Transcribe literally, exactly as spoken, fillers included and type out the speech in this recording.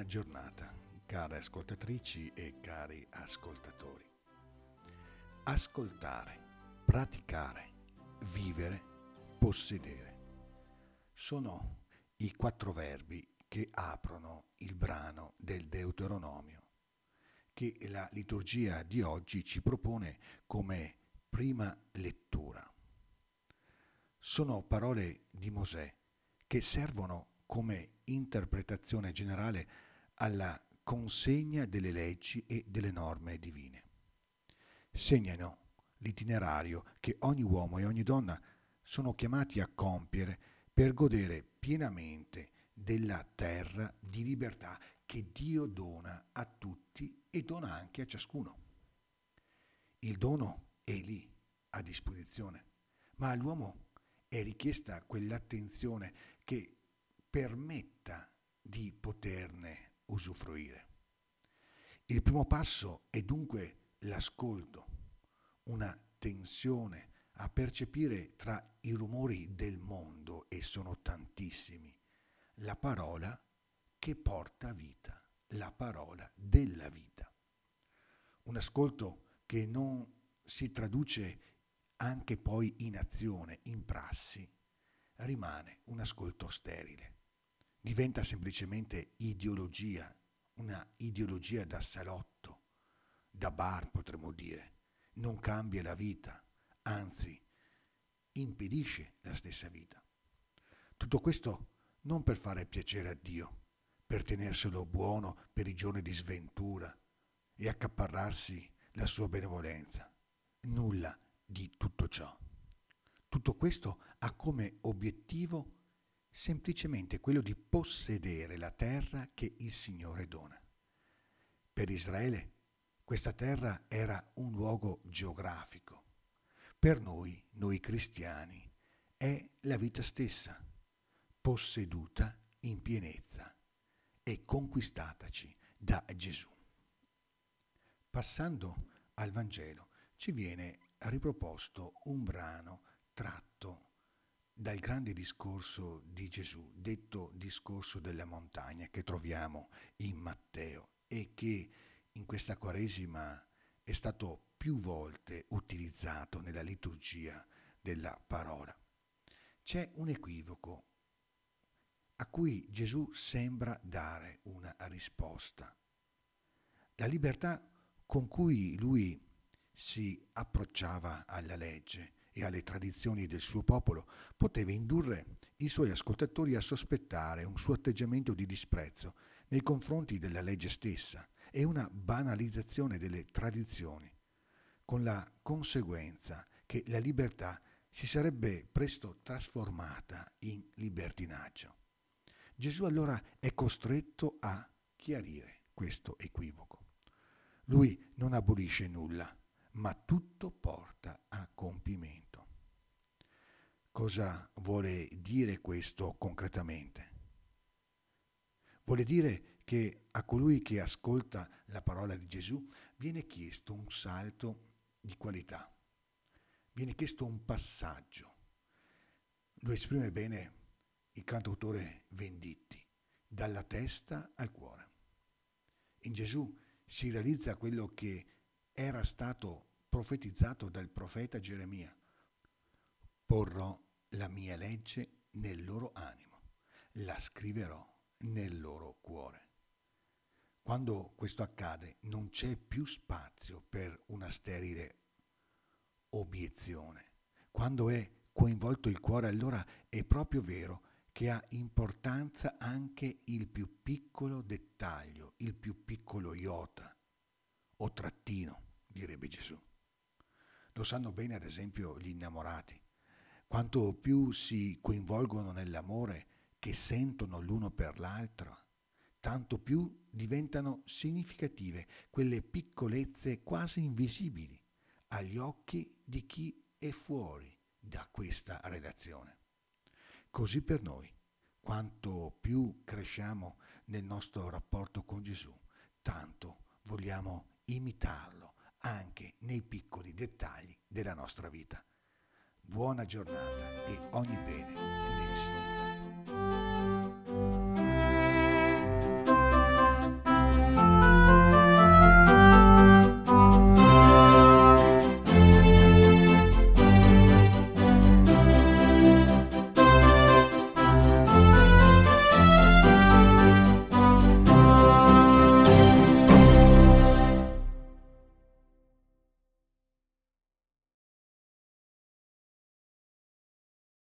giornata, care ascoltatrici e cari ascoltatori. Ascoltare, praticare, vivere, possedere sono i quattro verbi che aprono il brano del Deuteronomio, che la liturgia di oggi ci propone come prima lettura. Sono parole di Mosè che servono come interpretazione generale alla consegna delle leggi e delle norme divine. Segnano l'itinerario che ogni uomo e ogni donna sono chiamati a compiere per godere pienamente della terra di libertà che Dio dona a tutti e dona anche a ciascuno. Il dono è lì, a disposizione, ma all'uomo è richiesta quell'attenzione che permetta di poterne usufruire. Il primo passo è dunque l'ascolto, una tensione a percepire tra i rumori del mondo, e sono tantissimi, la parola che porta vita, la parola della vita. Un ascolto che non si traduce anche poi in azione, in prassi, rimane un ascolto sterile. Diventa semplicemente ideologia, una ideologia da salotto, da bar potremmo dire. Non cambia la vita, anzi impedisce la stessa vita. Tutto questo non per fare piacere a Dio, per tenerselo buono per i giorni di sventura e accaparrarsi la sua benevolenza. Nulla di tutto ciò. Tutto questo ha come obiettivo semplicemente quello di possedere la terra che il Signore dona. Per Israele questa terra era un luogo geografico. Per noi, noi cristiani, è la vita stessa, posseduta in pienezza e conquistataci da Gesù. Passando al Vangelo, ci viene riproposto un brano tratto dal grande discorso di Gesù, detto discorso della montagna, che troviamo in Matteo e che in questa Quaresima è stato più volte utilizzato nella liturgia della parola. C'è un equivoco a cui Gesù sembra dare una risposta. La libertà con cui lui si approcciava alla legge e alle tradizioni del suo popolo poteva indurre i suoi ascoltatori a sospettare un suo atteggiamento di disprezzo nei confronti della legge stessa e una banalizzazione delle tradizioni, con la conseguenza che la libertà si sarebbe presto trasformata in libertinaggio. Gesù allora è costretto a chiarire questo equivoco. Lui non abolisce nulla, ma tutto porta a compimento. Cosa vuole dire questo concretamente? Vuole dire che a colui che ascolta la parola di Gesù viene chiesto un salto di qualità, viene chiesto un passaggio. Lo esprime bene il cantautore Venditti, dalla testa al cuore. In Gesù si realizza quello che era stato profetizzato dal profeta Geremia. Porrò la mia legge nel loro animo, la scriverò nel loro cuore. Quando questo accade non c'è più spazio per una sterile obiezione. Quando è coinvolto il cuore, allora è proprio vero che ha importanza anche il più piccolo dettaglio, il più piccolo iota o trattino, direbbe Gesù. Lo sanno bene ad esempio gli innamorati. Quanto più si coinvolgono nell'amore che sentono l'uno per l'altro, tanto più diventano significative quelle piccolezze quasi invisibili agli occhi di chi è fuori da questa relazione. Così per noi, quanto più cresciamo nel nostro rapporto con Gesù, tanto vogliamo imitarlo anche nei piccoli dettagli della nostra vita. Buona giornata e ogni bene.